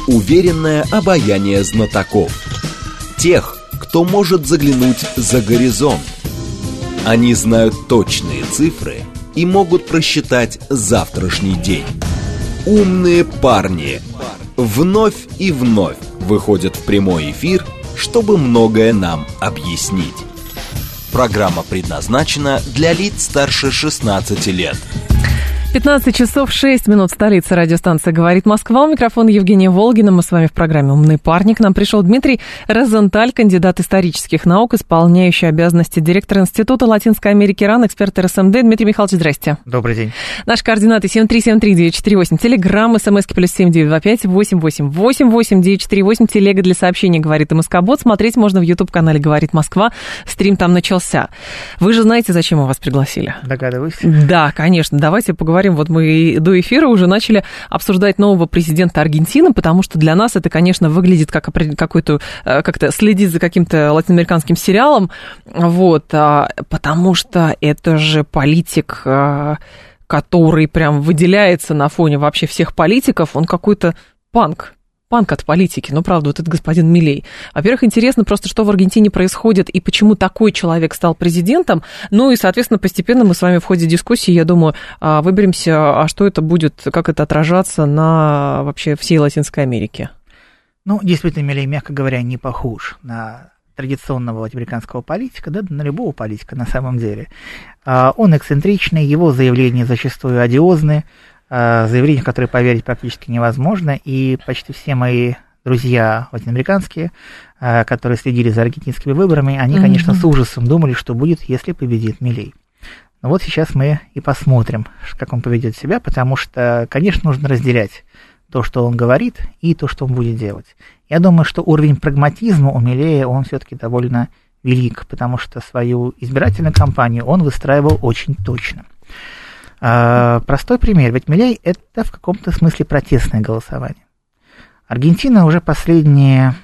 уверенное обаяние знатоков. Тех, кто может заглянуть за горизонт. Они знают точные цифры и могут просчитать завтрашний день. Умные парни вновь и вновь выходят в прямой эфир, чтобы многое нам объяснить. Программа предназначена для лиц старше 16 лет. 15 часов 6 минут, столица, радиостанция «Говорит Москва». У микрофона Евгения Волгина. Мы с вами в программе «Умный парник». К нам пришел Дмитрий Розенталь, кандидат исторических наук, исполняющий обязанности директора Института Латинской Америки РАН, эксперт РСМД. Дмитрий Михайлович, здрасте. Добрый день. Наши координаты 7373948, телеграмм, смски +7 925 8888 948, телега для сообщений «Говорит МСК-бот». Смотреть можно в YouTube-канале «Говорит Москва». Стрим там начался. Вы же знаете, зачем мы вас пригласили? Догадываюсь. Да, конечно. Давайте поговорим. Вот мы до эфира уже начали обсуждать нового президента Аргентины, потому что для нас это, конечно, выглядит как какой-то, как-то следить за каким-то латиноамериканским сериалом, вот, потому что это же политик, который прям выделяется на фоне вообще всех политиков, он какой-то панк от политики, но правда, вот этот господин Милей. Во-первых, интересно просто, что в Аргентине происходит и почему такой человек стал президентом, ну и, соответственно, постепенно мы с вами в ходе дискуссии, я думаю, выберемся, а что это будет, как это отражаться на вообще всей Латинской Америке. Ну, действительно, Милей, мягко говоря, не похож на традиционного латиноамериканского политика, да, на любого политика на самом деле. Он эксцентричный, его заявления зачастую одиозны, заявления, в которые поверить практически невозможно, и почти все мои друзья латиноамериканские, которые следили за аргентинскими выборами, они, конечно, с ужасом думали, что будет, если победит Милей. Но вот сейчас мы и посмотрим, как он поведет себя, потому что, конечно, нужно разделять то, что он говорит, и то, что он будет делать. Я думаю, что уровень прагматизма у Милея, он все-таки довольно велик, потому что свою избирательную кампанию он выстраивал очень точно. Простой пример, ведь Милей – это в каком-то смысле протестное голосование. Аргентина уже последние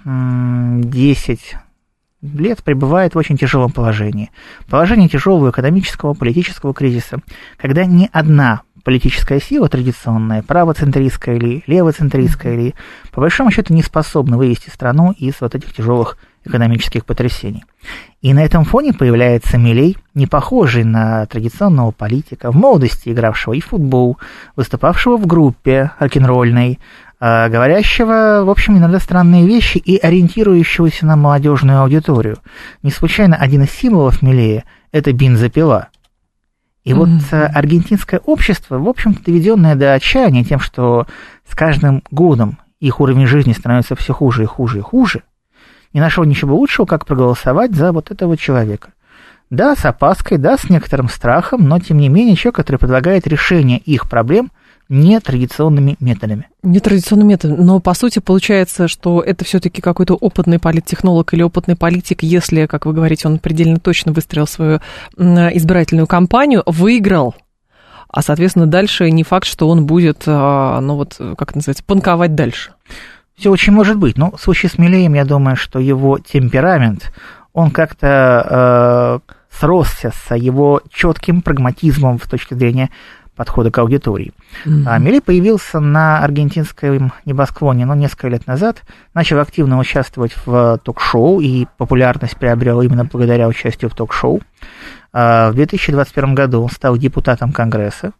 10 лет пребывает в очень тяжелом положении. Положение тяжелого экономического, политического кризиса, когда ни одна политическая сила традиционная, правоцентристская или левоцентристская, или, по большому счету, не способна вывести страну из вот этих тяжелых экономических потрясений. И на этом фоне появляется Милей, не похожий на традиционного политика, в молодости игравшего и в футбол, выступавшего в группе рок-н-ролльной, говорящего, в общем, иногда странные вещи и ориентирующегося на молодежную аудиторию. Не случайно один из символов Милея – это бензопила. И вот аргентинское общество, в общем-то, доведенное до отчаяния тем, что с каждым годом их уровень жизни становится все хуже и хуже и хуже, не нашел ничего лучшего, как проголосовать за вот этого человека. Да, с опаской, да, с некоторым страхом, но, тем не менее, человек, который предлагает решение их проблем нетрадиционными методами. Нетрадиционными методами, но, по сути, получается, что это все-таки какой-то опытный политтехнолог или опытный политик, если, как вы говорите, он предельно точно выстроил свою избирательную кампанию, выиграл, а, соответственно, дальше не факт, что он будет, ну вот, как это называется, панковать дальше. Все очень может быть, но в случае с Милеем, я думаю, что его темперамент, он как-то сросся с его четким прагматизмом с точки зрения подхода к аудитории. Милей появился на аргентинском небосклоне, несколько лет назад, начал активно участвовать в ток-шоу, и популярность приобрел именно благодаря участию в ток-шоу. В 2021 году он стал депутатом Конгресса,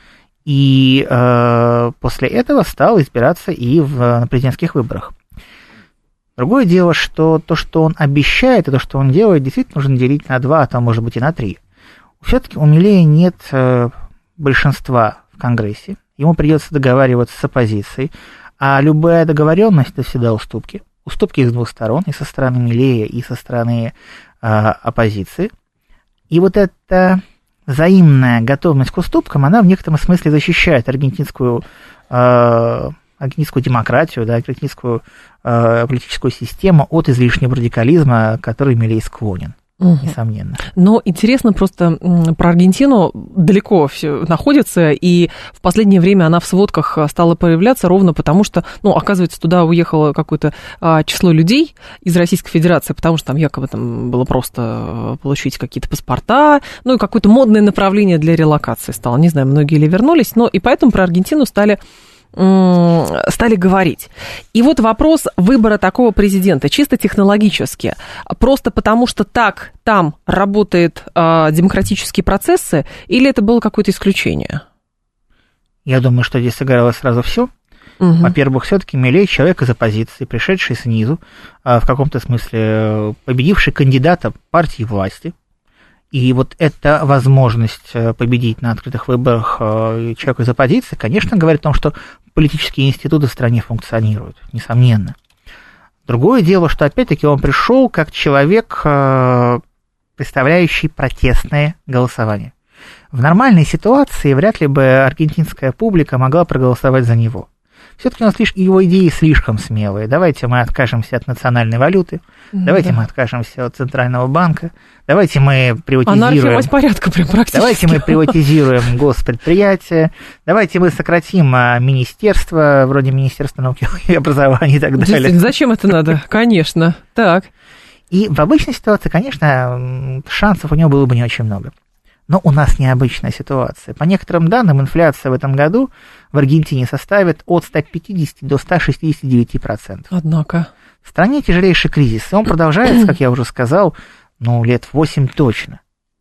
и после этого стал избираться и на президентских выборах. Другое дело, что то, что он обещает, и то, что он делает, действительно нужно делить на 2, а то, может быть, и на 3. Все-таки у Милея нет большинства в Конгрессе, ему придется договариваться с оппозицией, а любая договоренность – это всегда уступки. Уступки с двух сторон, и со стороны Милея, и со стороны оппозиции. И вот эта взаимная готовность к уступкам, она в некотором смысле защищает аргентинскую демократию, да, аргентинскую политическую систему от излишнего радикализма, который Милей склонен. Несомненно. Но интересно просто про Аргентину, далеко все находится, и в последнее время она в сводках стала появляться ровно потому, что, оказывается, туда уехало какое-то число людей из Российской Федерации, потому что там якобы там было просто получить какие-то паспорта, и какое-то модное направление для релокации стало. Не знаю, многие ли вернулись, но и поэтому про Аргентину стали стали говорить. И вот вопрос выбора такого президента чисто технологически. Просто потому, что так там работают демократические процессы, или это было какое-то исключение? Я думаю, что здесь сыграло сразу все. Во-первых, все-таки Милей человек из оппозиции, пришедший снизу, в каком-то смысле победивший кандидата партии власти. И вот эта возможность победить на открытых выборах человека из оппозиции, конечно, говорит о том, что политические институты в стране функционируют, несомненно. Другое дело, что опять-таки он пришел как человек, представляющий протестное голосование. В нормальной ситуации вряд ли бы аргентинская публика могла проголосовать за него. Все-таки его идеи слишком смелые. Давайте мы откажемся от национальной валюты, давайте мы откажемся от Центрального банка, давайте мы приватизируем... Анархия порядка прям практически. Давайте мы приватизируем госпредприятия, давайте мы сократим министерства, вроде Министерства науки и образования и так далее. Зачем это надо? Конечно. Так. И в обычной ситуации, конечно, шансов у него было бы не очень много. Но у нас необычная ситуация. По некоторым данным, инфляция в этом году в Аргентине составит от 150 до 169%. Однако. В стране тяжелейший кризис, и он продолжается, как я уже сказал, лет 8 точно.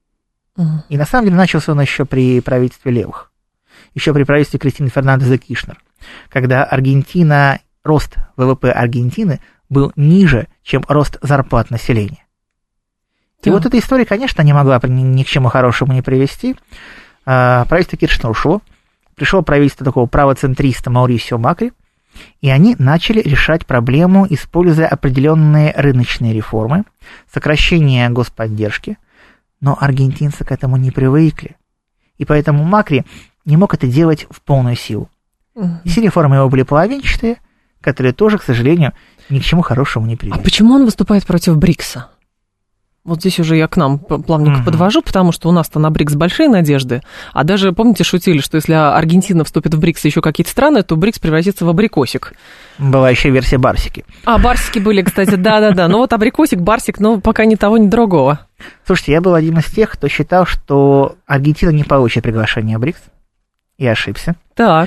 И на самом деле начался он еще при правительстве левых. Еще при правительстве Кристины Фернандес де Киршнер, когда рост ВВП Аргентины был ниже, чем рост зарплат населения. И вот эта история, конечно, не могла ни к чему хорошему не привести. Правительство Киршнер ушло. Пришло правительство такого правоцентриста Маурисио Макри, и они начали решать проблему, используя определенные рыночные реформы, сокращение господдержки, но аргентинцы к этому не привыкли. И поэтому Макри не мог это делать в полную силу. И все реформы его были половинчатые, которые тоже, к сожалению, ни к чему хорошему не привели. А почему он выступает против БРИКСа? Вот здесь уже я к нам плавненько подвожу, потому что у нас-то на БРИКС большие надежды. А даже, помните, шутили, что если Аргентина вступит в БРИКС и еще какие-то страны, то БРИКС превратится в абрикосик. Была еще версия барсики. Барсики были, кстати, да-да-да. Но вот абрикосик, барсик, пока ни того, ни другого. Слушайте, я был один из тех, кто считал, что Аргентина не получит приглашение в БРИКС. И ошибся. Так.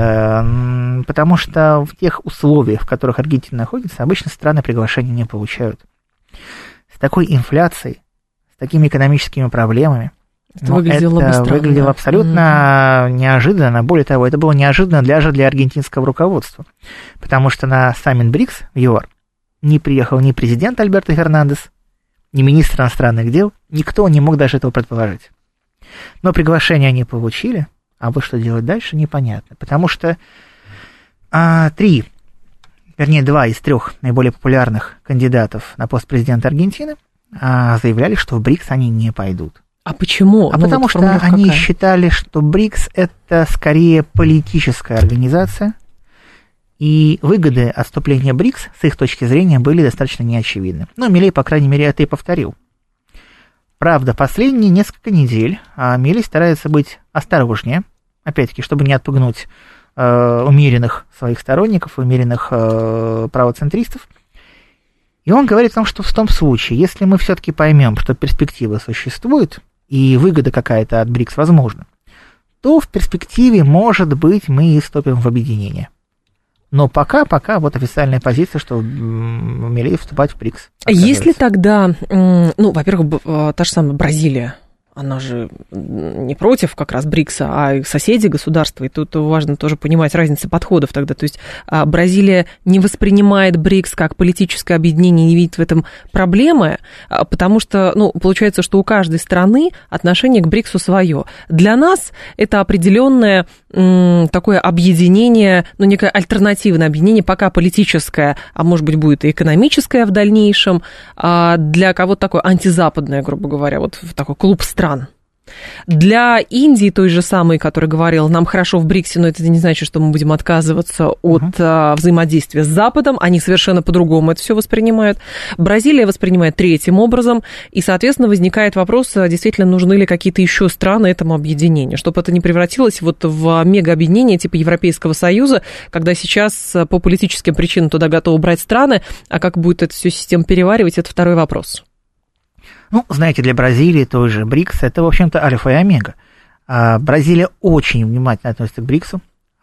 Потому что в тех условиях, в которых Аргентина находится, обычно страны приглашения не получают. С такой инфляцией, с такими экономическими проблемами, это выглядело абсолютно неожиданно. Более того, это было неожиданно даже для аргентинского руководства. Потому что на саммит БРИКС в ЮАР не приехал ни президент Альберто Фернандес, ни министр иностранных дел, никто не мог даже этого предположить. Но приглашение они получили, а вот что делать дальше, непонятно. Потому что 2 из 3 наиболее популярных кандидатов на пост президента Аргентины заявляли, что в БРИКС они не пойдут. А почему? Потому что они считали, что БРИКС – это скорее политическая организация, и выгоды от вступления в БРИКС, с их точки зрения, были достаточно неочевидны. Милей, по крайней мере, это и повторил. Правда, последние несколько недель Милей старается быть осторожнее, опять-таки, чтобы не отпугнуть умеренных своих сторонников, умеренных правоцентристов. И он говорит о том, что в том случае, если мы все-таки поймем, что перспектива существует, и выгода какая-то от БРИКС возможна, то в перспективе, может быть, мы и вступим в объединение. Но пока вот официальная позиция, что Милей вступать в БРИКС. Есть ли тогда, во-первых, та же самая Бразилия, она же не против как раз БРИКСа, а соседи государства, и тут важно тоже понимать разницу подходов тогда. То есть Бразилия не воспринимает БРИКС как политическое объединение, не видит в этом проблемы, потому что, получается, что у каждой страны отношение к БРИКСу свое. Для нас это определенное такое объединение, некое альтернативное объединение, пока политическое, а может быть, будет и экономическое в дальнейшем, для кого-то такое антизападное, грубо говоря, вот такой клуб стран. Для Индии, той же самой, которая говорила, нам хорошо в БРИКСе, но это не значит, что мы будем отказываться от взаимодействия с Западом. Они совершенно по-другому это все воспринимают. Бразилия воспринимает третьим образом, и, соответственно, возникает вопрос, действительно, нужны ли какие-то еще страны этому объединению, чтобы это не превратилось в мегаобъединение типа Европейского Союза, когда сейчас по политическим причинам туда готовы брать страны, а как будет эту всю систему переваривать, это второй вопрос. Знаете, для Бразилии той же БРИКС это, в общем-то, альфа и омега. Бразилия очень внимательно относится к БРИКСу.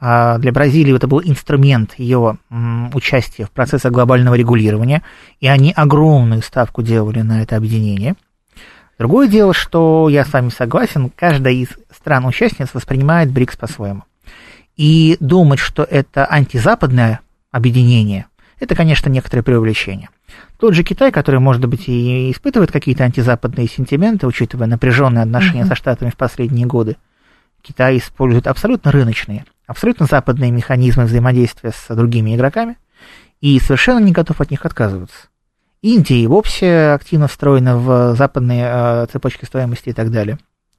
Для Бразилии это был инструмент ее участия в процессах глобального регулирования, и они огромную ставку делали на это объединение. Другое дело, что я с вами согласен, каждая из стран-участниц воспринимает БРИКС по-своему. И думать, что это антизападное объединение, это, конечно, некоторое преувеличение. Тот же Китай, который, может быть, и испытывает какие-то антизападные сентименты, учитывая напряженные отношения со Штатами в последние годы, Китай использует абсолютно рыночные, абсолютно западные механизмы взаимодействия с другими игроками и совершенно не готов от них отказываться. Индия и вовсе активно встроена в западные цепочки стоимости и так далее.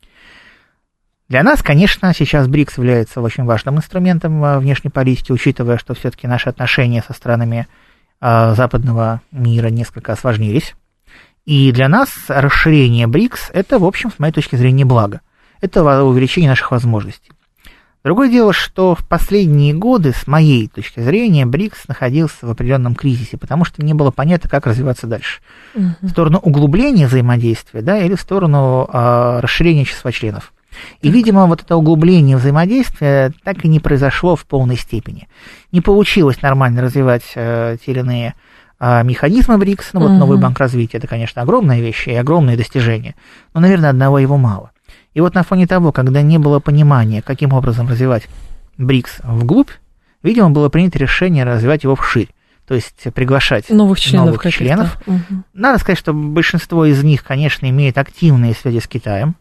Для нас, конечно, сейчас БРИКС является очень важным инструментом внешней политики, учитывая, что все-таки наши отношения со странами западного мира несколько осложнились. И для нас расширение БРИКС – это, в общем, с моей точки зрения, благо. Это увеличение наших возможностей. Другое дело, что в последние годы, с моей точки зрения, БРИКС находился в определенном кризисе, потому что не было понятно, как развиваться дальше. В сторону углубления взаимодействия, да, или в сторону расширения числа членов. И, видимо, вот это углубление взаимодействия так и не произошло в полной степени. Не получилось нормально развивать те или иные механизмы БРИКС. Ну, вот новый банк развития – это, конечно, огромная вещь и огромные достижения, но, наверное, одного его мало. И вот на фоне того, когда не было понимания, каким образом развивать БРИКС вглубь, видимо, было принято решение развивать его вширь, то есть приглашать новых членов. Надо сказать, что большинство из них, конечно, имеет активные связи с Китаем.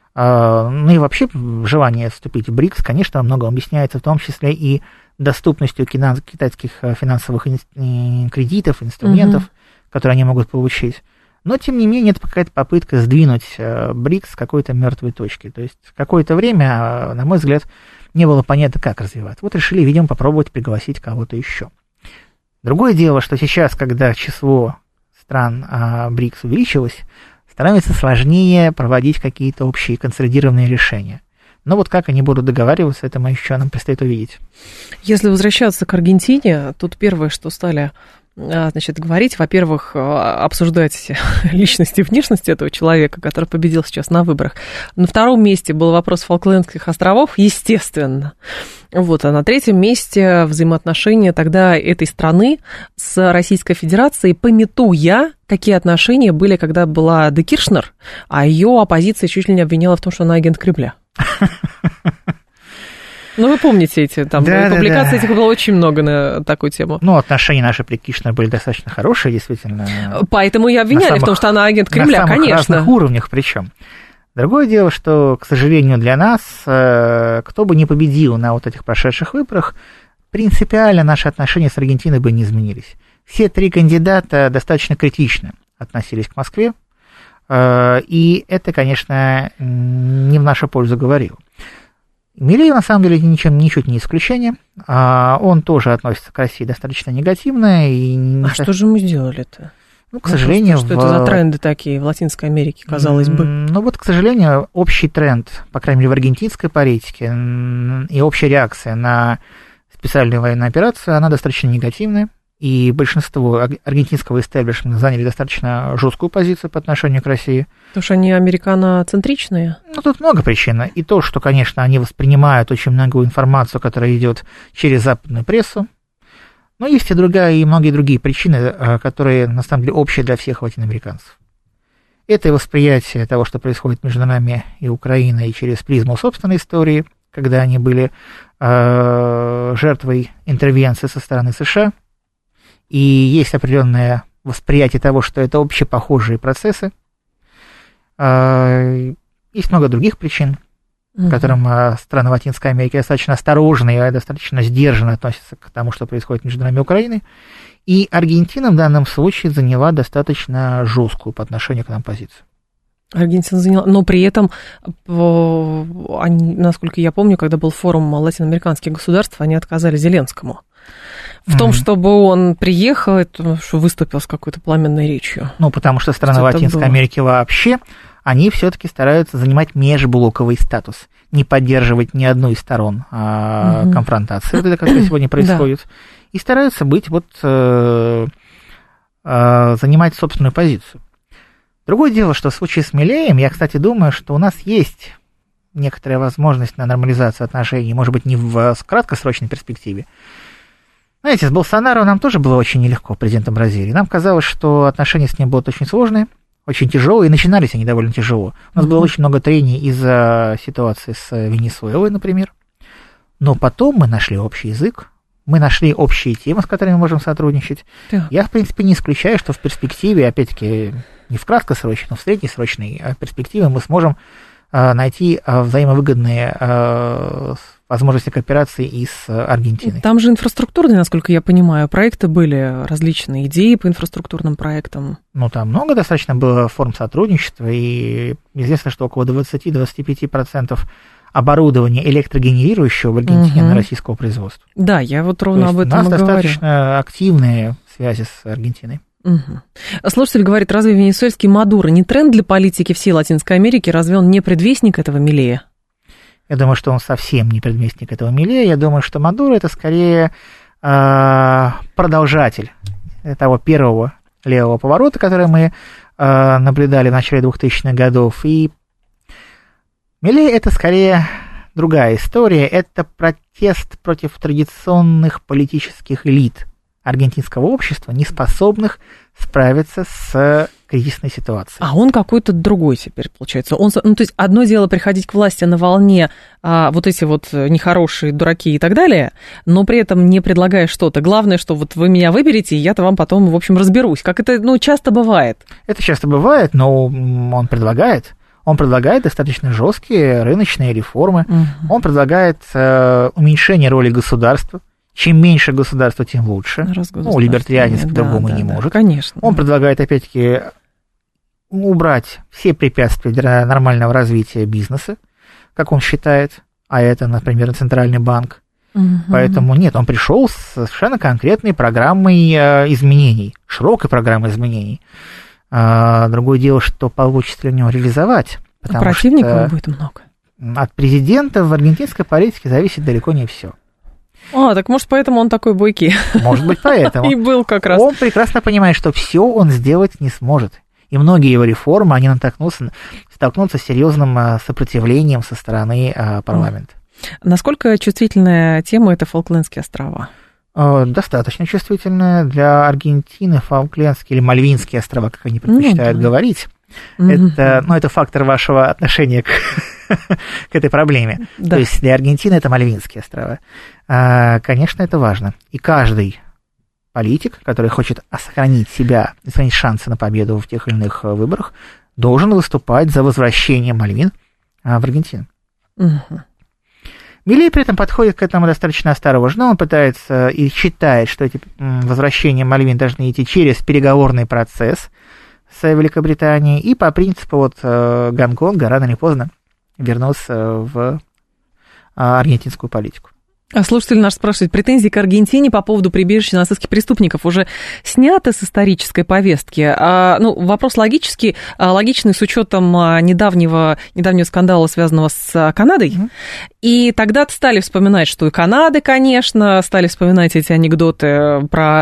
Ну и вообще желание вступить в БРИКС, конечно, во многом объясняется в том числе и доступностью китайских финансовых кредитов, инструментов, которые они могут получить. Но, тем не менее, это какая-то попытка сдвинуть БРИКС с какой-то мертвой точки. То есть какое-то время, на мой взгляд, не было понятно, как развиваться. Вот решили, видимо, попробовать пригласить кого-то еще. Другое дело, что сейчас, когда число стран БРИКС увеличилось, становится сложнее проводить какие-то общие консолидированные решения. Но вот как они будут договариваться, это нам предстоит увидеть. Если возвращаться к Аргентине, тут первое, что стали говорить, во-первых, обсуждать личность и внешность этого человека, который победил сейчас на выборах. На втором месте был вопрос Фолклендских островов, естественно. Вот, а на третьем месте взаимоотношения тогда этой страны с Российской Федерацией, памятуя, какие отношения были, когда была Де Киршнер, а ее оппозиция чуть ли не обвиняла в том, что она агент Кремля. Ну, вы помните эти, там, публикаций этих было очень много на такую тему. Ну, отношения наши при Киршнер были достаточно хорошие, действительно. Поэтому и обвиняли в том, что она агент Кремля, конечно. На самых разных уровнях причем. Другое дело, что, к сожалению, для нас, кто бы ни победил на вот этих прошедших выборах, принципиально наши отношения с Аргентиной бы не изменились. Все три кандидата достаточно критично относились к Москве, и это, конечно, не в нашу пользу говорило. Милей, на самом деле, ничуть не исключение. Он тоже относится к России достаточно негативно. Что же мы сделали-то? Ну, к сожалению... Что это за тренды такие в Латинской Америке, казалось бы? Ну, вот, к сожалению, общий тренд, по крайней мере, в аргентинской политике, и общая реакция на специальную военную операцию, она достаточно негативная. И большинство аргентинского истеблишмента заняли достаточно жесткую позицию по отношению к России. Потому что они американоцентричные? Ну, тут много причин. И то, что, конечно, они воспринимают очень многую информацию, которая идет через западную прессу. Но есть и многие другие причины, которые, на самом деле, общие для всех латиноамериканцев. Это и восприятие того, что происходит между нами и Украиной, и через призму собственной истории, когда они были жертвой интервенции со стороны США. И есть определенное восприятие того, что это общепохожие процессы. Есть много других причин, к которым страны Латинской Америки достаточно осторожны и достаточно сдержанно относятся к тому, что происходит между нами и Украиной. И Аргентина в данном случае заняла достаточно жесткую по отношению к нам позицию. Аргентина заняла, но при этом, насколько я помню, когда был форум латиноамериканских государств, они отказали Зеленскому в том, чтобы он приехал, что выступил с какой-то пламенной речью. Ну, потому что страны Латинской Америки вообще, они все-таки стараются занимать межблоковый статус, не поддерживать ни одну из сторон конфронтации, которая сегодня происходит, и стараются занимать собственную позицию. Другое дело, что в случае с Милеем, я, кстати, думаю, что у нас есть некоторая возможность на нормализацию отношений, может быть, не в краткосрочной перспективе. Знаете, с Болсонaro нам тоже было очень нелегко, президентом Бразилии. Нам казалось, что отношения с ним будут очень сложные, очень тяжелые, и начинались они довольно тяжело. У нас было очень много трений из-за ситуации с Венесуэлой, например. Но потом мы нашли общий язык, мы нашли общие темы, с которыми мы можем сотрудничать. Да. Я, в принципе, не исключаю, что в перспективе, опять-таки, не в краткосрочной, но в среднесрочной перспективе мы сможем найти взаимовыгодные возможности кооперации и с Аргентиной. Там же инфраструктурные, насколько я понимаю, проекты были, различные идеи по инфраструктурным проектам. Ну, там много достаточно было форм сотрудничества, и известно, что около 20-25% оборудования электрогенерирующего в Аргентине на российского производства. Да, я вот ровно об этом и говорю. У нас достаточно активные связи с Аргентиной. Слушатель говорит, разве венесуэльский Мадуро не тренд для политики всей Латинской Америки? Разве он не предвестник этого Милея? Я думаю, что он совсем не предвестник этого Милея. Я думаю, что Мадуро это скорее продолжатель того первого левого поворота, который мы наблюдали в начале 2000-х годов. И Милей это скорее другая история. Это протест против традиционных политических элит аргентинского общества, не способных справиться с кризисной ситуацией. А он какой-то другой теперь, получается. То есть одно дело приходить к власти на волне вот эти вот нехорошие дураки и так далее, но при этом не предлагая что-то. Главное, что вот вы меня выберете, и я-то вам потом, в общем, разберусь. Как это, часто бывает. Это часто бывает, но он предлагает. Он предлагает достаточно жесткие рыночные реформы. Он предлагает уменьшение роли государства. Чем меньше государства, тем лучше. Либертарианец по-другому не может. Конечно. Он предлагает, опять-таки, убрать все препятствия для нормального развития бизнеса, как он считает, а это, например, Центральный банк. Поэтому нет, он пришел с совершенно конкретной программой изменений, широкой программой изменений. Другое дело, что получится ли у него реализовать. Противников будет много. От президента в аргентинской политике зависит далеко не все. Так может, поэтому он такой бойкий. Может быть, поэтому. И был как раз. Он прекрасно понимает, что все он сделать не сможет. И многие его реформы, они столкнутся с серьезным сопротивлением со стороны парламента. Насколько чувствительная тема это Фолклендские острова? Достаточно чувствительная. Для Аргентины Фолклендские или Мальвинские острова, как они предпочитают говорить, это фактор вашего отношения к этой проблеме. Да. То есть для Аргентины это Мальвинские острова. Конечно, это важно. И каждый политик, который хочет сохранить себя, сохранить шансы на победу в тех или иных выборах, должен выступать за возвращение Мальвин в Аргентину. Милей при этом подходит к этому достаточно осторожно. Он пытается и считает, что эти возвращения Мальвин должны идти через переговорный процесс с Великобританией, и по принципу Гонконга рано или поздно вернулся в аргентинскую политику. Слушатель наш спрашивает, претензии к Аргентине по поводу прибежища нацистских преступников уже сняты с исторической повестки? Вопрос логичный с учетом недавнего скандала, связанного с Канадой. И тогда стали вспоминать, что и Канады, конечно, стали вспоминать эти анекдоты про,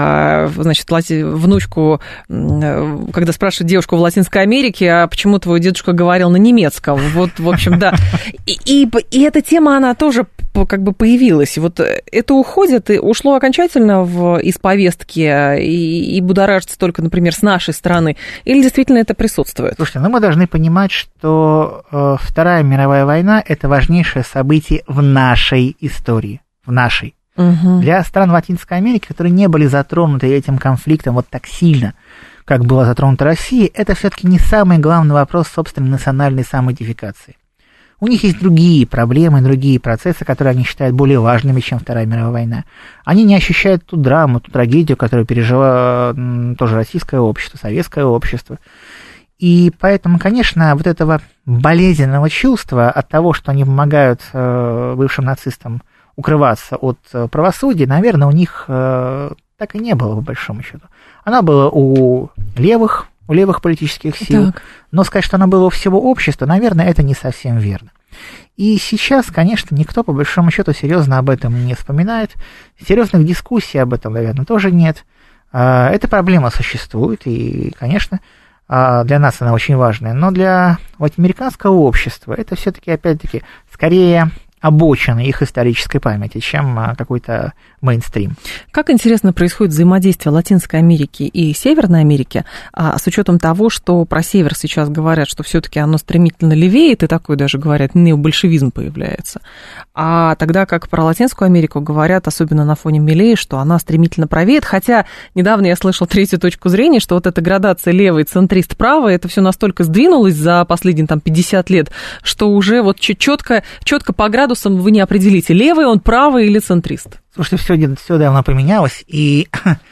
внучку, когда спрашивают девушку в Латинской Америке, а почему твой дедушка говорил на немецком? Вот, в общем, да. И эта тема, она тоже как бы появилась. Вот это уходит и ушло окончательно из повестки и будоражится только, например, с нашей стороны? Или действительно это присутствует? Слушайте, мы должны понимать, что Вторая мировая война – это важнейшее событие в нашей истории. В нашей. Для стран Латинской Америки, которые не были затронуты этим конфликтом вот так сильно, как была затронута Россия, это все-таки не самый главный вопрос собственной национальной самоидентификации. У них есть другие проблемы, другие процессы, которые они считают более важными, чем Вторая мировая война. Они не ощущают ту драму, ту трагедию, которую пережило тоже российское общество, советское общество. И поэтому, конечно, вот этого болезненного чувства от того, что они помогают бывшим нацистам укрываться от правосудия, наверное, у них так и не было, по большому счету. Оно было у левых политических сил, так. Но сказать, что оно было у всего общества, наверное, это не совсем верно. И сейчас, конечно, никто, по большому счету, серьезно об этом не вспоминает. Серьезных дискуссий об этом, наверное, тоже нет. Эта проблема существует, и, конечно, Для нас она очень важная, но для американского общества это все-таки, опять-таки, скорее обочина их исторической памяти, чем какой-то мейнстрим. Как интересно происходит взаимодействие Латинской Америки и Северной Америки, с учетом того, что про Север сейчас говорят, что все-таки оно стремительно левеет, и такой даже говорят, необольшевизм появляется. А тогда как про Латинскую Америку говорят, особенно на фоне Милея, что она стремительно правеет, хотя недавно я слышал третью точку зрения, что вот эта градация левый, центрист, правый, это все настолько сдвинулось за последние 50 лет, что уже вот четко по градусам вы не определите, левый он, правый или центрист. Слушайте, все давно поменялось, и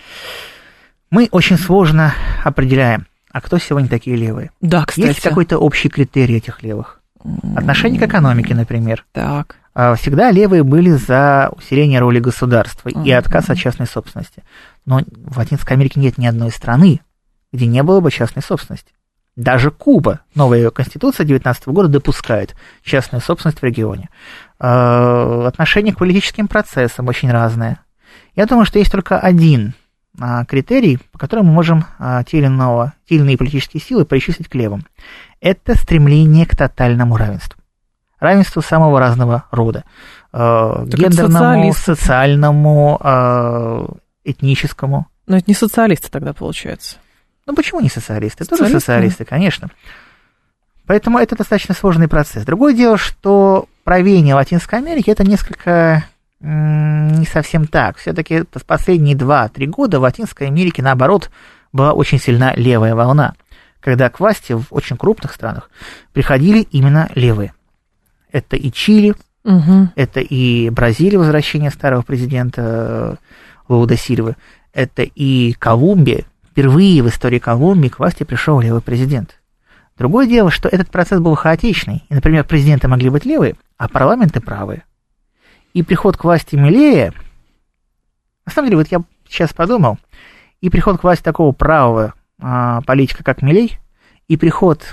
мы очень сложно определяем, а кто сегодня такие левые. Да, кстати. Есть какой-то общий критерий этих левых? Отношение к экономике, например. Так. Всегда левые были за усиление роли государства и отказ от частной собственности. Но в Латинской Америке нет ни одной страны, где не было бы частной собственности. Даже Куба, новая конституция 19 года, допускает частную собственность в регионе. Отношение к политическим процессам очень разное. Я думаю, что есть только один критерий, по которому мы можем те или иные политические силы причислить к левым. Это стремление к тотальному равенству. Равенству самого разного рода. Гендерному, социальному, этническому. Но это не социалисты тогда получается. Ну, почему не социалисты? Тоже социалисты, конечно. Поэтому это достаточно сложный процесс. Другое дело, что правление Латинской Америки это несколько не совсем так. Все-таки последние 2-3 года в Латинской Америке, наоборот, была очень сильна левая волна, когда к власти в очень крупных странах приходили именно левые. Это и Чили, это и Бразилия, возвращение старого президента Луа да Сильвы, это и Колумбия. Впервые в истории Колумбии к власти пришел левый президент. Другое дело, что этот процесс был хаотичный. И, например, президенты могли быть левые, а парламенты правые. И приход к власти Милея, на самом деле, вот я сейчас подумал, и приход к власти такого правого политика, как Милей, и приход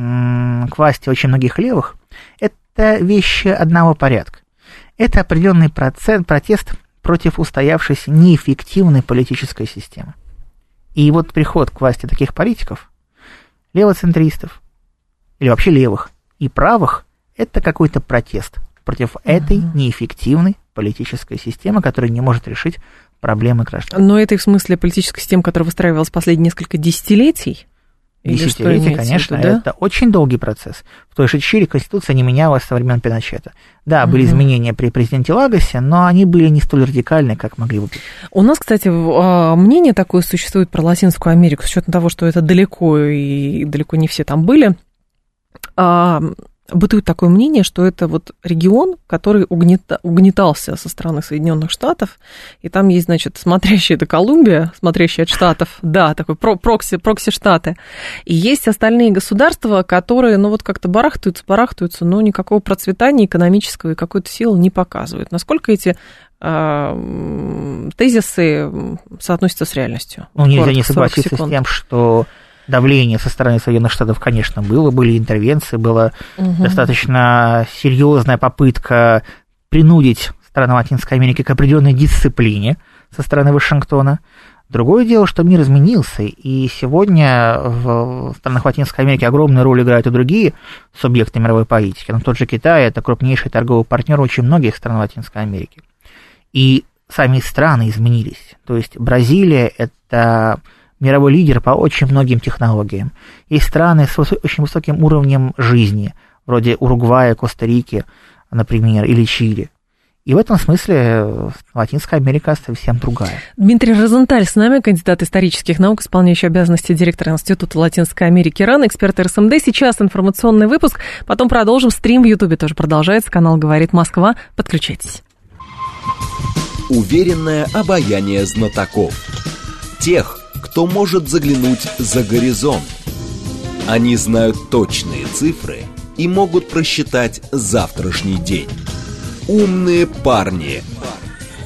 к власти очень многих левых, это вещи одного порядка. Это определенный протест против устоявшейся неэффективной политической системы. И вот приход к власти таких политиков, левоцентристов, или вообще левых и правых, это какой-то протест против этой неэффективной политической системы, которая не может решить проблемы граждан. Но это в смысле политической системы, которая выстраивалась последние несколько десятилетий? Десятилетия, конечно, да? Это очень долгий процесс. В той же Чили конституция не менялась со времен Пиночета. Да, были изменения при президенте Лагосе, но они были не столь радикальны, как могли бы быть. У нас, кстати, мнение такое существует про Латинскую Америку, с учетом того, что это далеко, и далеко не все там были. Бытует такое мнение, что это вот регион, который угнетался со стороны Соединенных Штатов, и там есть, значит, смотрящая это Колумбия, смотрящая от Штатов, да, такой прокси-штаты, и есть остальные государства, которые, ну, вот как-то барахтаются, но никакого процветания экономического и какой-то силы не показывают. Насколько эти тезисы соотносятся с реальностью? Ну, нельзя не согласиться с тем, что давление со стороны Соединенных Штатов, конечно, были интервенции, была достаточно серьезная попытка принудить страны Латинской Америки к определенной дисциплине со стороны Вашингтона. Другое дело, что мир изменился, и сегодня в странах Латинской Америки огромную роль играют и другие субъекты мировой политики. Но тот же Китай – это крупнейший торговый партнер очень многих стран Латинской Америки. И сами страны изменились. То есть Бразилия – это мировой лидер по очень многим технологиям. Есть страны с очень высоким уровнем жизни, вроде Уругвая, Коста-Рики, например, или Чили. И в этом смысле Латинская Америка совсем другая. Дмитрий Розенталь с нами, кандидат исторических наук, исполняющий обязанности директора Института Латинской Америки РАН, эксперт РСМД. Сейчас информационный выпуск, потом продолжим. Стрим в Ютубе тоже продолжается. Канал «Говорит Москва». Подключайтесь. Уверенное обаяние знатоков. Тех, кто может заглянуть за горизонт. Они знают точные цифры и могут просчитать завтрашний день. Умные парни.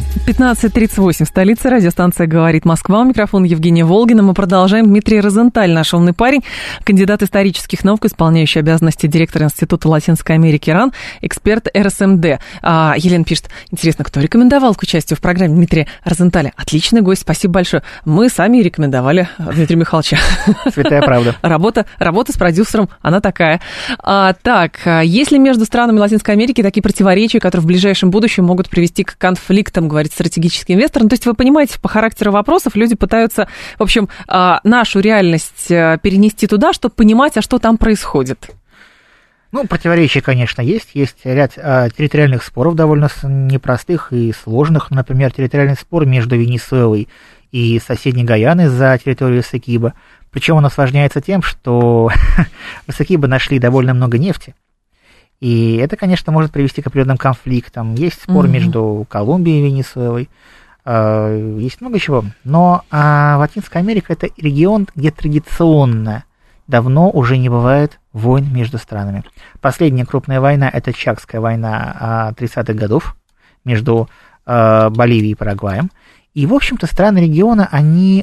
15:38. Столица. Радиостанция «Говорит Москва». У микрофона Евгения Волгина. Мы продолжаем. Дмитрий Розенталь, наш умный парень, кандидат исторических наук, исполняющий обязанности директора Института Латинской Америки РАН, эксперт РСМД. Елена пишет, интересно, кто рекомендовал к участию в программе Дмитрия Розенталя? Отличный гость, спасибо большое. Мы сами рекомендовали Дмитрия Михайловича. Святая правда. Работа с продюсером, она такая. Так, есть ли между странами Латинской Америки такие противоречия, которые в ближайшем будущем могут привести к конфликтам, говорит стратегический инвестор? Ну, то есть вы понимаете, по характеру вопросов люди пытаются, в общем, нашу реальность перенести туда, чтобы понимать, а что там происходит. Ну, противоречия, конечно, есть. Есть ряд территориальных споров довольно непростых и сложных. Например, территориальный спор между Венесуэлой и соседней Гаяной за территорию Эсекиба. Причем он осложняется тем, что в Эсекибо нашли довольно много нефти. И это, конечно, может привести к определенным конфликтам. Есть спор между Колумбией и Венесуэлой. Есть много чего. Но Латинская Америка – это регион, где традиционно давно уже не бывает войн между странами. Последняя крупная война – это Чакская война 30-х годов между Боливией и Парагваем. И, в общем-то, страны региона, они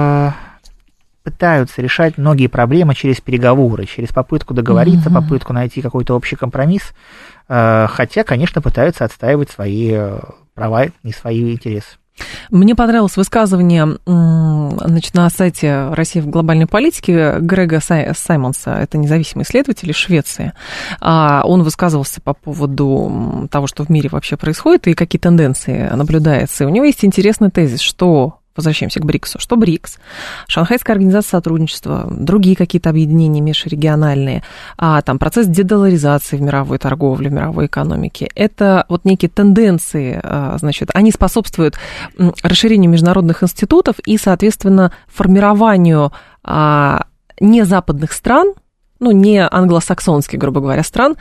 пытаются решать многие проблемы через переговоры, через попытку договориться, попытку найти какой-то общий компромисс, хотя, конечно, пытаются отстаивать свои права и свои интересы. Мне понравилось высказывание, значит, на сайте России в глобальной политике Грега Саймонса, это независимый исследователь из Швеции. Он высказывался по поводу того, что в мире вообще происходит и какие тенденции наблюдаются. И у него есть интересный тезис, что... Возвращаемся к БРИКСу. Что БРИКС? Шанхайская организация сотрудничества, другие какие-то объединения межрегиональные, там процесс дедоларизации в мировой торговле, в мировой экономике. Это вот некие тенденции, значит, они способствуют расширению международных институтов и, соответственно, формированию не западных стран, ну, не англосаксонских, грубо говоря, стран,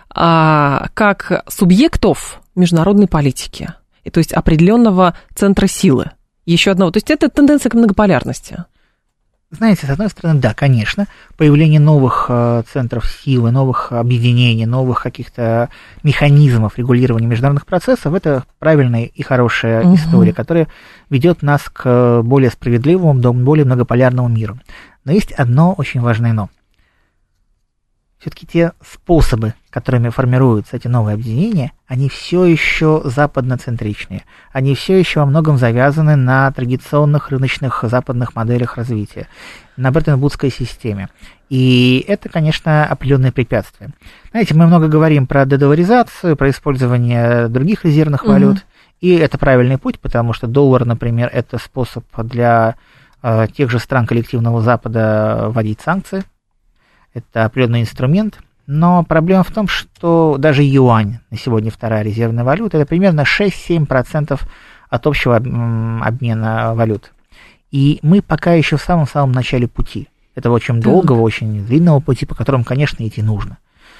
как субъектов международной политики, и, то есть определенного центра силы. Еще одного. То есть это тенденция к многополярности. Знаете, с одной стороны, да, конечно, появление новых центров силы, новых объединений, новых каких-то механизмов регулирования международных процессов, это правильная и хорошая история, которая ведет нас к более справедливому, более многополярному миру. Но есть одно очень важное но. Все-таки те способы, которыми формируются эти новые объединения, они все еще западноцентричные. Они все еще во многом завязаны на традиционных рыночных западных моделях развития, на Бреттон-Вудской системе. И это, конечно, определенные препятствия. Знаете, мы много говорим про дедоларизацию, про использование других резервных валют, и это правильный путь, потому что доллар, например, это способ для тех же стран коллективного Запада вводить санкции. Это определенный инструмент, но проблема в том, что даже юань, на сегодня вторая резервная валюта, это примерно 6-7% от общего обмена валют. И мы пока еще в самом-самом начале пути. Это очень долгого, очень длинного пути, по которому, конечно, идти нужно.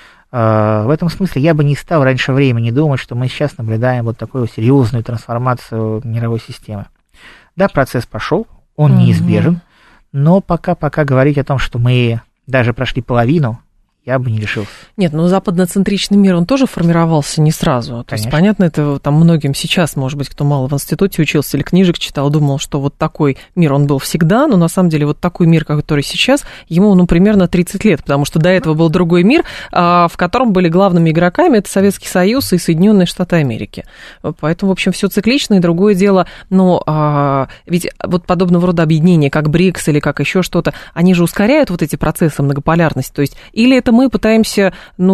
В этом смысле я бы не стал раньше времени думать, что мы сейчас наблюдаем вот такую серьезную трансформацию мировой системы. Да, процесс пошел, он неизбежен, но пока говорить о том, что мы даже прошли половину, я бы не решился. Нет, но западноцентричный мир, он тоже формировался не сразу. То есть, понятно, это там многим сейчас, может быть, кто мало в институте учился или книжек читал, думал, что вот такой мир, он был всегда, но на самом деле вот такой мир, который сейчас, ему, примерно 30 лет, потому что до этого был другой мир, в котором были главными игроками, это Советский Союз и Соединенные Штаты Америки. Поэтому, в общем, все циклично, и другое дело, но ведь вот подобного рода объединения, как БРИКС или как еще что-то, они же ускоряют вот эти процессы многополярности, то есть, или это мы пытаемся,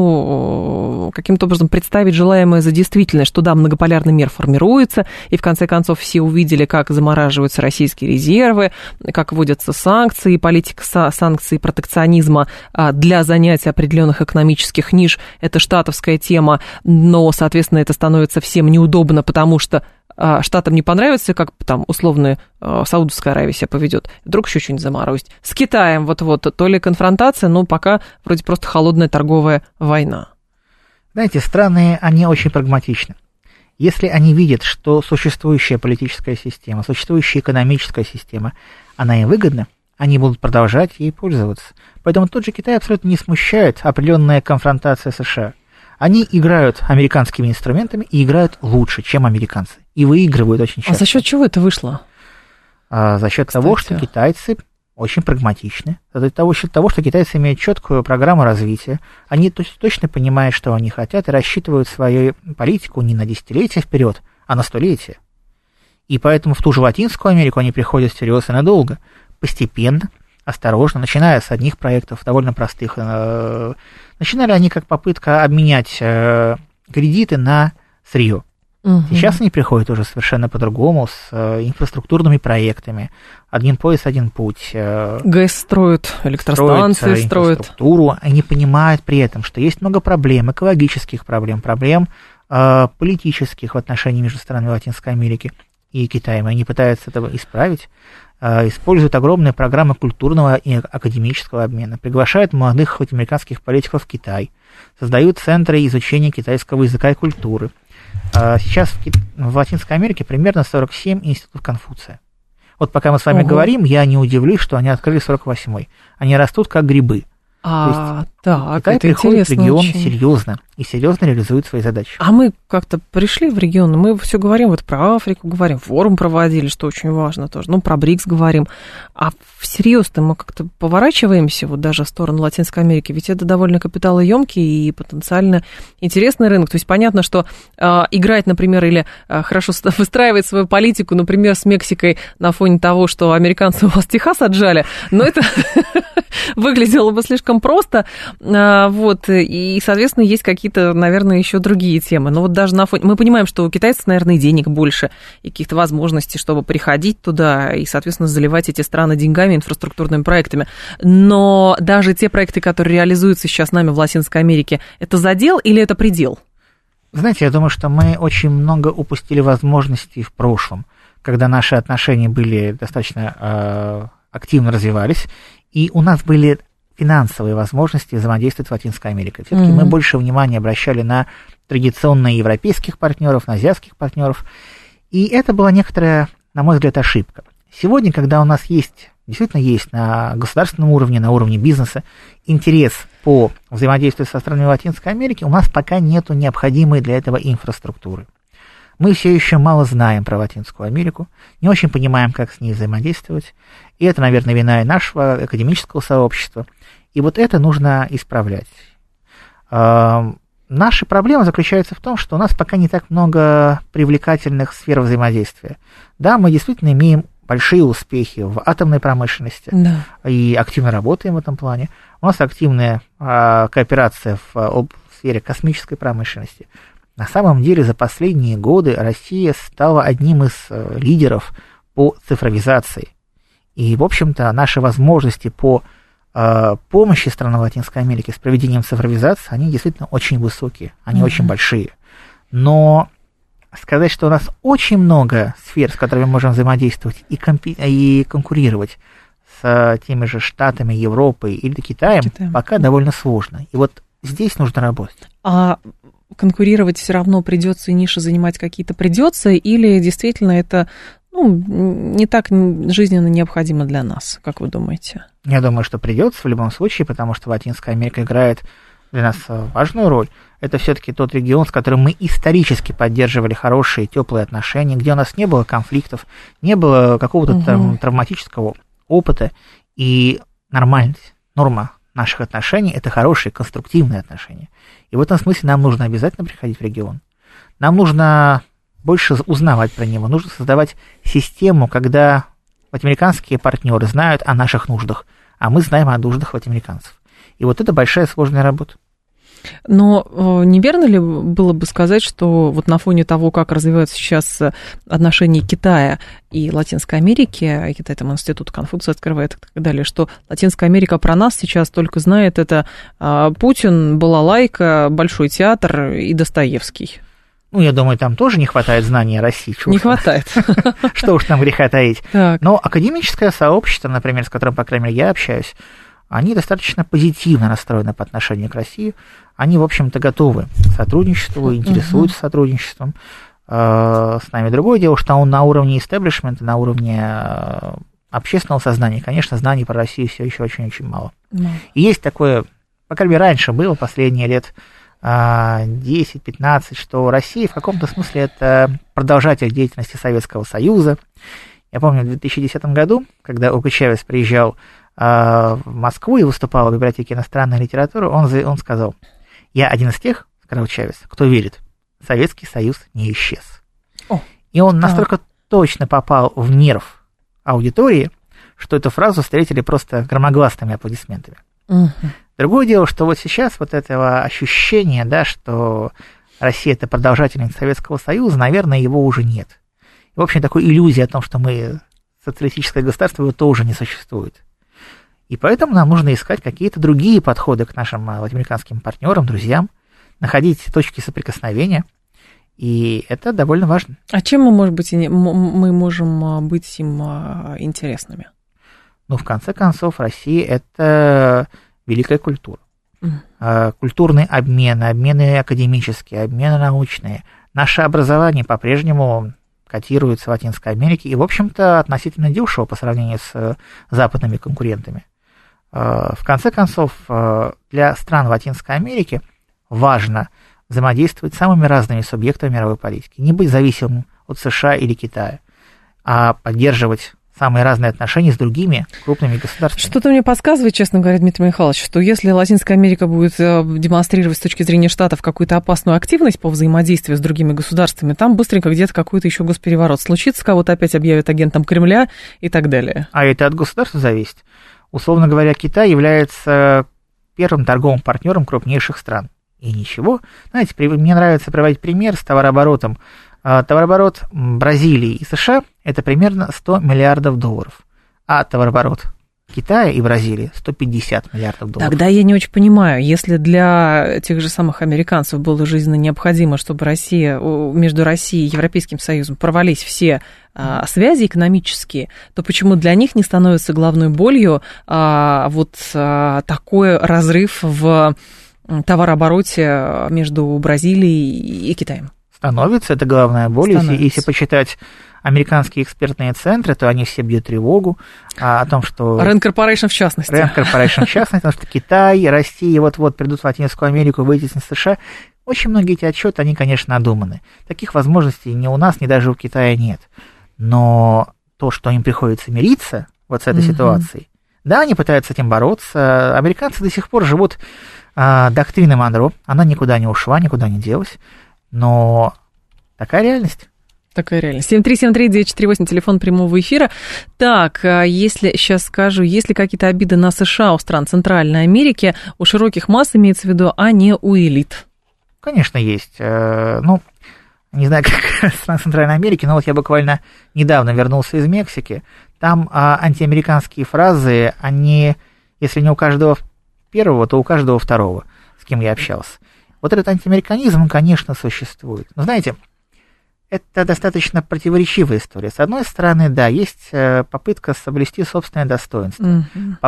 каким-то образом представить желаемое за действительное, что да, многополярный мир формируется, и в конце концов все увидели, как замораживаются российские резервы, как вводятся санкции, политика санкций, протекционизма для занятия определенных экономических ниш, это штатовская тема, но, соответственно, это становится всем неудобно, потому что Штатам не понравится, как там условно Саудовская Аравия себя поведет, вдруг еще что-нибудь заморозить. С Китаем вот-вот, то ли конфронтация, но пока вроде просто холодная торговая война. Знаете, страны, они очень прагматичны. Если они видят, что существующая политическая система, существующая экономическая система, она им выгодна, они будут продолжать ей пользоваться. Поэтому тот же Китай абсолютно не смущает определенная конфронтация США. Они играют американскими инструментами и играют лучше, чем американцы. И выигрывают очень часто. А за счет чего это вышло? За счет того, что китайцы очень прагматичны. За счет того, что китайцы имеют четкую программу развития. Они точно понимают, что они хотят, и рассчитывают свою политику не на десятилетия вперед, а на столетия. И поэтому в ту же Латинскую Америку они приходят всерьез и надолго. Постепенно, осторожно, начиная с одних проектов, довольно простых. Начинали они как попытка обменять кредиты на сырье. Сейчас они приходят уже совершенно по-другому, с инфраструктурными проектами. Один пояс, один путь. ГЭС строят, электростанции строят. Инфраструктуру. Они понимают при этом, что есть много проблем, экологических проблем, политических в отношении между странами Латинской Америки и Китаем. Они пытаются это исправить, используют огромные программы культурного и академического обмена, приглашают молодых американских политиков в Китай, создают центры изучения китайского языка и культуры. Сейчас в Латинской Америке примерно 47 институтов Конфуция. Вот пока мы с вами говорим, я не удивлюсь, что они открыли 48-й. Они растут как грибы. Китай приходит в регион серьезно и серьезно реализует свои задачи. А мы как-то пришли в регион, мы все говорим вот про Африку, говорим, форум проводили, что очень важно тоже, про БРИКС говорим. А всерьез-то мы как-то поворачиваемся вот даже в сторону Латинской Америки, ведь это довольно капиталоемкий и потенциально интересный рынок. То есть понятно, что играть, например, или хорошо выстраивать свою политику, например, с Мексикой на фоне того, что американцы у вас Техас отжали, но это выглядело бы слишком просто, и, соответственно, есть какие-то, наверное, еще другие темы. Но вот даже на фоне... Мы понимаем, что у китайцев, наверное, и денег больше, и каких-то возможностей, чтобы приходить туда и, соответственно, заливать эти страны деньгами, инфраструктурными проектами. Но даже те проекты, которые реализуются сейчас нами в Латинской Америке, это задел или это предел? Знаете, я думаю, что мы очень много упустили возможностей в прошлом, когда наши отношения были достаточно активно развивались, и у нас были финансовые возможности взаимодействовать с Латинской Америкой. Все-таки мы больше внимания обращали на традиционно европейских партнеров, на азиатских партнеров, и это была некоторая, на мой взгляд, ошибка. Сегодня, когда у нас действительно есть на государственном уровне, на уровне бизнеса интерес по взаимодействию со странами Латинской Америки, у нас пока нету необходимой для этого инфраструктуры. Мы все еще мало знаем про Латинскую Америку, не очень понимаем, как с ней взаимодействовать. И это, наверное, вина и нашего академического сообщества. И вот это нужно исправлять. Наша проблема заключается в том, что у нас пока не так много привлекательных сфер взаимодействия. Да, мы действительно имеем большие успехи в атомной промышленности, и активно работаем в этом плане. У нас активная кооперация в сфере космической промышленности. На самом деле за последние годы Россия стала одним из лидеров по цифровизации. И, в общем-то, наши возможности по помощи странам Латинской Америки с проведением цифровизации, они действительно очень высокие, они очень большие. Но сказать, что у нас очень много сфер, с которыми мы можем взаимодействовать и конкурировать с теми же Штатами, Европой или Китаем, пока довольно сложно. И вот здесь нужно работать. А конкурировать все равно придется и ниши занимать какие-то придется, или действительно это не так жизненно необходимо для нас, как вы думаете? Я думаю, что придется в любом случае, потому что Латинская Америка играет для нас важную роль. Это все-таки тот регион, с которым мы исторически поддерживали хорошие, теплые отношения, где у нас не было конфликтов, не было какого-то травматического опыта, и норма наших отношений – это хорошие, конструктивные отношения. И в этом смысле нам нужно обязательно приходить в регион. Нам нужно больше узнавать про него, нужно создавать систему, когда латиноамериканские партнеры знают о наших нуждах, а мы знаем о нуждах латиноамериканцев. И вот это большая сложная работа. Но неверно ли было бы сказать, что вот на фоне того, как развиваются сейчас отношения Китая и Латинской Америки, Китай там институт Конфуция открывает и так далее, что Латинская Америка про нас сейчас только знает это Путин, балалайка, Большой театр и Достоевский? Я думаю, там тоже не хватает знаний о России. Не хватает. Что уж там греха таить. Но академическое сообщество, например, с которым, по крайней мере, я общаюсь, они достаточно позитивно настроены по отношению к России. Они, в общем-то, готовы к сотрудничеству, интересуются сотрудничеством с нами. Другое дело, что на уровне истеблишмента, на уровне общественного сознания, конечно, знаний про Россию все еще очень-очень мало. И есть такое, по крайней мере, раньше было, последние лет 10-15, что Россия в каком-то смысле это продолжатель деятельности Советского Союза. Я помню, в 2010 году, когда Уго Чавес приезжал в Москву и выступал в библиотеке иностранной литературы, он сказал: «Я один из тех, — сказал Чавес, — кто верит, Советский Союз не исчез». И он настолько точно попал в нерв аудитории, что эту фразу встретили просто громогласными аплодисментами. Другое дело, что вот сейчас вот этого ощущения, да, что Россия — это продолжательница Советского Союза, наверное, его уже нет. И, в общем, такой иллюзии о том, что мы социалистическое государство, его тоже не существует. И поэтому нам нужно искать какие-то другие подходы к нашим латиноамериканским партнерам, друзьям, находить точки соприкосновения, и это довольно важно. А чем мы можем быть им интересными? Ну, в конце концов, Россия — это великая культура. Культурный обмен, обмены академические, обмены научные. Наше образование по-прежнему котируется в Латинской Америке и, в общем-то, относительно дешево по сравнению с западными конкурентами. В конце концов, для стран Латинской Америки важно взаимодействовать с самыми разными субъектами мировой политики, не быть зависимым от США или Китая, а поддерживать самые разные отношения с другими крупными государствами. Что-то мне подсказывает, честно говоря, Дмитрий Михайлович, что если Латинская Америка будет демонстрировать с точки зрения Штатов какую-то опасную активность по взаимодействию с другими государствами, там быстренько где-то какой-то еще госпереворот случится, кого-то опять объявят агентом Кремля и так далее. А это от государства зависит. Условно говоря, Китай является первым торговым партнером крупнейших стран. И ничего. Знаете, мне нравится приводить пример с товарооборотом. Товарооборот Бразилии и США – это примерно $100 миллиардов, а товарооборот Китая и Бразилии – $150 миллиардов. Тогда я не очень понимаю, если для тех же самых американцев было жизненно необходимо, чтобы между Россией и Европейским Союзом порвались все связи экономические, то почему для них не становится головной болью такой разрыв в товарообороте между Бразилией и Китаем? Становится, это главная боль. Если почитать американские экспертные центры, то они все бьют тревогу о том, что... Rand Corporation в частности. Rand Corporation в частности, потому что Китай, Россия вот-вот придут в Латинскую Америку, вытеснят США. Очень многие эти отчеты, они, конечно, надуманы. Таких возможностей ни у нас, ни даже у Китая нет. Но то, что им приходится мириться вот с этой ситуацией, да, они пытаются с этим бороться. Американцы до сих пор живут доктриной Монро, она никуда не ушла, никуда не делась. Но такая реальность. Такая реальность. 7373948, телефон прямого эфира. Так, если сейчас скажу, есть ли какие-то обиды на США у стран Центральной Америки, у широких масс имеется в виду, а не у элит? Конечно, есть. Ну, не знаю, как стран Центральной Америки, но вот я буквально недавно вернулся из Мексики. Там антиамериканские фразы, они, если не у каждого первого, то у каждого второго, с кем я общался. Вот этот антиамериканизм, он, конечно, существует. Но, знаете, это достаточно противоречивая история. С одной стороны, да, есть попытка соблюсти собственное достоинство,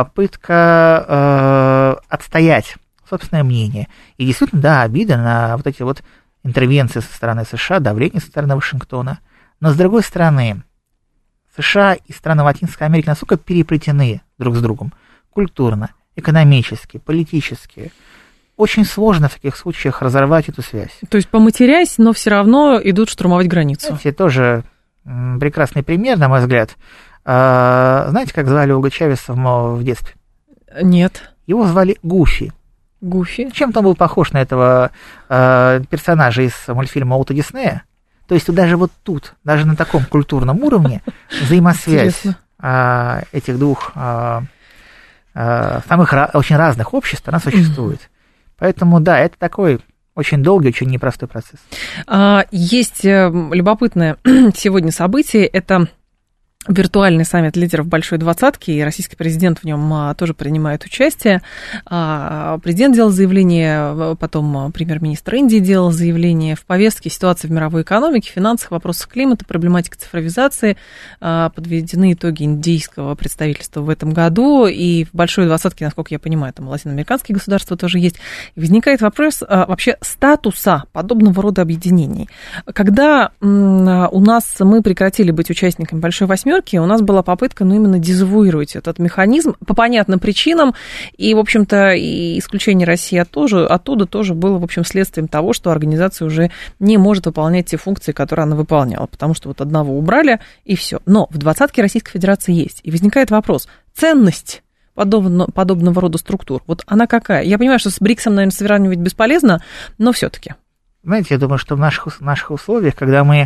попытка отстоять собственное мнение. И действительно, да, обида на вот эти вот интервенции со стороны США, давление со стороны Вашингтона. Но, с другой стороны, США и страны Латинской Америки настолько переплетены друг с другом культурно, экономически, политически. Очень сложно в таких случаях разорвать эту связь. То есть поматерясь, но все равно идут штурмовать границу. Знаете, тоже прекрасный пример, на мой взгляд. Знаете, как звали Уго Чавеса в детстве? Нет. Его звали Гуфи. Гуфи? Чем-то он был похож на этого персонажа из мультфильма Уолта Диснея. То есть даже вот тут, даже на таком культурном уровне взаимосвязь этих двух самых очень разных обществ, она существует. Поэтому, да, это такой очень долгий, очень непростой процесс. Есть любопытное сегодня событие, это виртуальный саммит лидеров Большой Двадцатки, и российский президент в нем тоже принимает участие. Президент делал заявление, потом премьер-министр Индии делал заявление. В повестке ситуация в мировой экономике, финансах, вопросах климата, проблематика цифровизации. Подведены итоги индийского представительства в этом году, и в Большой Двадцатке, насколько я понимаю, там латиноамериканские государства тоже есть. И возникает вопрос вообще статуса подобного рода объединений. Когда у нас мы прекратили быть участниками Большой Восьмерки, семерки у нас была попытка, именно дезавуировать этот механизм по понятным причинам, и, в общем-то, и исключение России оттуда тоже было, в общем, следствием того, что организация уже не может выполнять те функции, которые она выполняла, потому что вот одного убрали, и все. Но в двадцатке Российской Федерации есть, и возникает вопрос, ценность подобного рода структур, вот она какая? Я понимаю, что с БРИКСом, наверное, сравнивать бесполезно, но все-таки. Знаете, я думаю, что в наших условиях, когда мы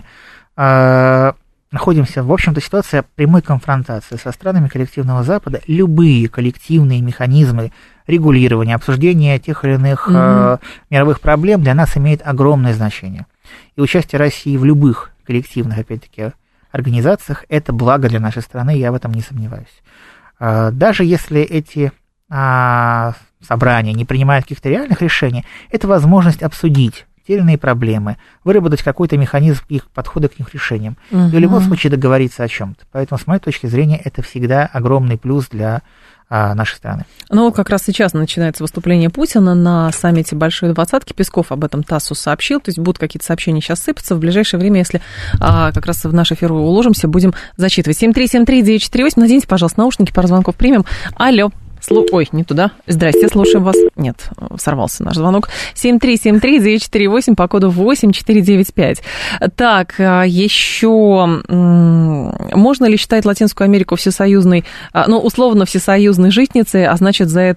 находимся, в общем-то, ситуация прямой конфронтации со странами коллективного Запада, любые коллективные механизмы регулирования, обсуждения тех или иных мировых проблем для нас имеют огромное значение. И участие России в любых коллективных, опять-таки, организациях – это благо для нашей страны, я в этом не сомневаюсь. Даже если эти собрания не принимают каких-то реальных решений, это возможность обсудить те или иные проблемы, выработать какой-то механизм их подхода к их решениям. И в любом случае договориться о чем-то. Поэтому, с моей точки зрения, это всегда огромный плюс для нашей страны. Ну, как раз сейчас начинается выступление Путина на саммите Большой Двадцатки. Песков об этом ТАССу сообщил. То есть будут какие-то сообщения сейчас сыпаться. В ближайшее время, если как раз в наш эфир уложимся, будем зачитывать. 7373948. Наденьте, пожалуйста, наушники, пару звонков примем. Алло. Ой, не туда. Здрасте, слушаем вас. Нет, сорвался наш звонок. 7373948 по коду 8495. Так, еще можно ли считать Латинскую Америку всесоюзной, условно всесоюзной житницей, а значит, за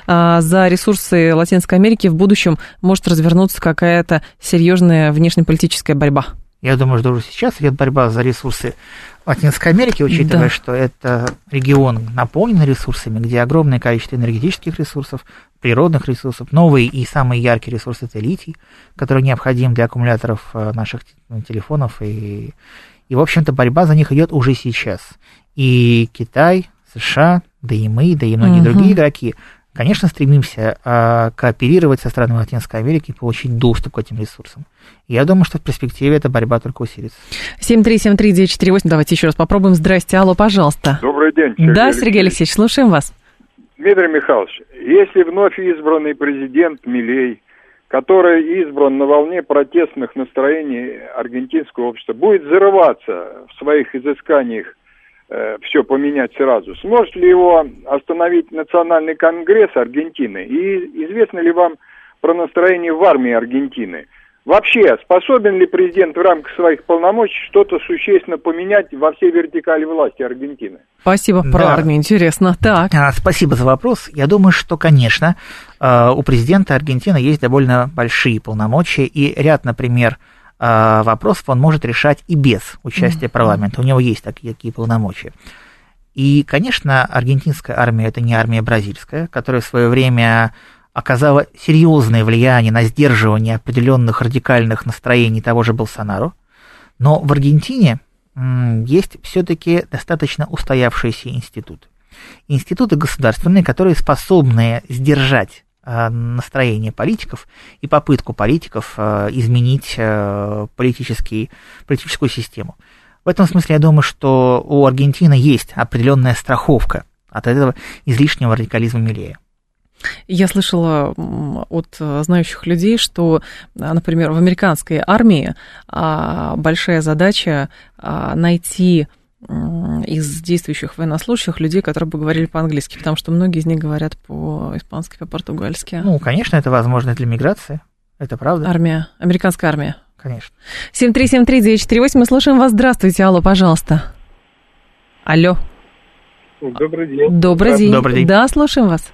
ресурсы Латинской Америки в будущем может развернуться какая-то серьезная внешнеполитическая борьба? Я думаю, что уже сейчас идет борьба за ресурсы Латинской Америки, учитывая, что это регион наполнен ресурсами, где огромное количество энергетических ресурсов, природных ресурсов, новый и самый яркий ресурс – это литий, который необходим для аккумуляторов наших телефонов, и в общем-то, борьба за них идет уже сейчас. И Китай, США, да и мы, да и многие другие игроки, конечно, стремимся кооперировать со странами Латинской Америки и получить доступ к этим ресурсам. Я думаю, что в перспективе эта борьба только усилится. 7373948, давайте еще раз попробуем. Здрасте, алло, пожалуйста. Добрый день, Сергей Алексеевич, слушаем вас. Дмитрий Михайлович, если вновь избранный президент Милей, который избран на волне протестных настроений аргентинского общества, будет зарываться в своих изысканиях, все поменять сразу, сможет ли его остановить Национальный конгресс Аргентины? И известно ли вам про настроение в армии Аргентины? Вообще, способен ли президент в рамках своих полномочий что-то существенно поменять во всей вертикали власти Аргентины? Спасибо, про армию, интересно. Так. Спасибо за вопрос. Я думаю, что, конечно, у президента Аргентины есть довольно большие полномочия, и ряд, например, вопросов он может решать и без участия парламента. У него есть такие полномочия. И, конечно, аргентинская армия – это не армия бразильская, которая в свое время оказала серьезное влияние на сдерживание определенных радикальных настроений того же Болсонару. Но в Аргентине есть все-таки достаточно устоявшиеся институты. Институты государственные, которые способны сдержать настроение политиков и попытку политиков изменить политическую систему. В этом смысле я думаю, что у Аргентины есть определенная страховка от этого излишнего радикализма Милея. Я слышала от знающих людей, что, например, в американской армии большая задача найти из действующих военнослужащих людей, которые бы говорили по-английски, потому что многие из них говорят по-испански, по-португальски. Ну, конечно, это возможно для миграции, это правда. Армия, американская армия. Конечно. 7373948, мы слушаем вас. Здравствуйте, алло, пожалуйста. Алло. Добрый день. Добрый день. Да, слушаем вас.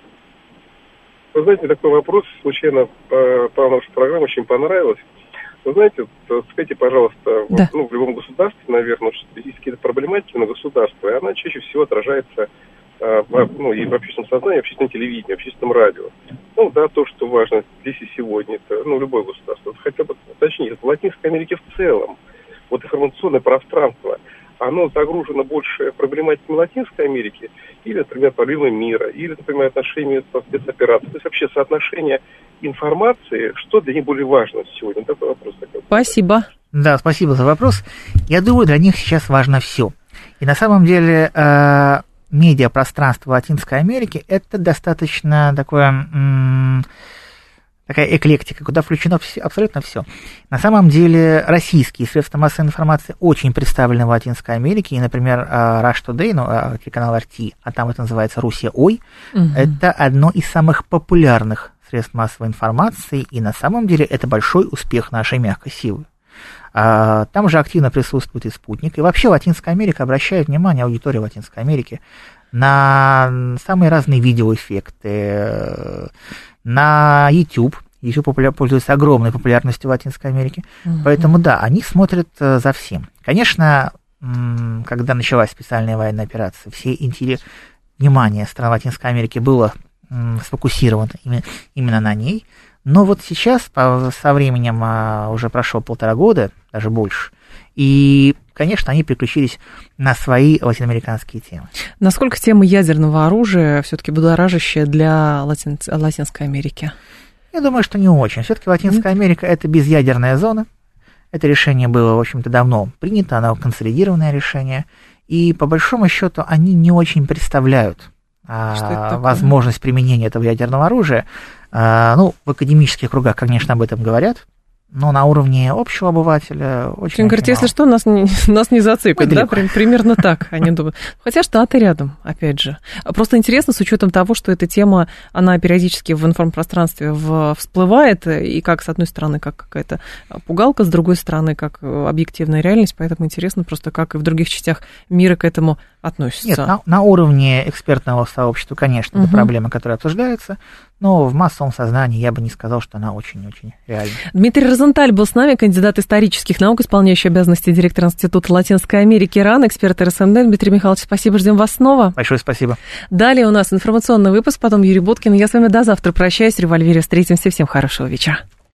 Вы знаете, такой вопрос случайно по нашей программе очень понравилось. Вы знаете, скажите, пожалуйста, да. В любом государстве, наверное, есть какие-то проблематики на государство, и она чаще всего отражается и в общественном сознании, в общественном телевидении, в общественном радио. То, что важно здесь и сегодня, это, любое государство. Хотя бы уточнить, в Латинской Америке в целом, информационное пространство, оно загружено больше проблематиками Латинской Америки, или, например, проблемами мира, или, например, отношениями со спецоперацией. То есть вообще соотношение информации, что для них более важно сегодня? Такой вопрос. Спасибо. Да, спасибо за вопрос. Я думаю, для них сейчас важно все. И на самом деле медиапространство Латинской Америки – это достаточно такое такая эклектика, куда включено абсолютно все. На самом деле российские средства массовой информации очень представлены в Латинской Америке, и, например, Rush Today, телеканал RT, а там это называется Руссия Ой, это одно из самых популярных средств массовой информации, и на самом деле это большой успех нашей мягкой силы. Там же активно присутствует и «Спутник», и вообще Латинская Америка обращает внимание, аудитория Латинской Америки, на самые разные видеоэффекты, на YouTube. YouTube пользуется огромной популярностью в Латинской Америке. Поэтому, да, они смотрят за всем. Конечно, когда началась специальная военная операция, внимание стран Латинской Америки было сфокусировано именно на ней. Но вот сейчас, со временем, уже прошло 1,5 года, даже больше, и, конечно, они переключились на свои латиноамериканские темы. Насколько тема ядерного оружия все-таки будоражащая для Латинской Америки? Я думаю, что не очень. Все-таки Латинская Америка – это безъядерная зона. Это решение было, в общем-то, давно принято, оно консолидированное решение. И, по большому счету, они не очень представляют возможность применения этого ядерного оружия. В академических кругах, конечно, об этом говорят, но на уровне общего обывателя очень говорит, если что, нас не зацепят, да? Примерно так они думают. Хотя Штаты рядом, опять же. Просто интересно, с учетом того, что эта тема, она периодически в информпространстве всплывает, и как, с одной стороны, как какая-то пугалка, с другой стороны, как объективная реальность, поэтому интересно просто, как и в других частях мира к этому относятся. Нет, на уровне экспертного сообщества, конечно, это проблема, которая обсуждается, но в массовом сознании я бы не сказал, что она очень-очень реальна. Дмитрий Розенталь был с нами, кандидат исторических наук, исполняющий обязанности директора Института Латинской Америки РАН, эксперт РСМД. Дмитрий Михайлович, спасибо, ждем вас снова. Большое спасибо. Далее у нас информационный выпуск, потом Юрий Боткин. Я с вами до завтра прощаюсь. Револьвере встретимся. Всем хорошего вечера.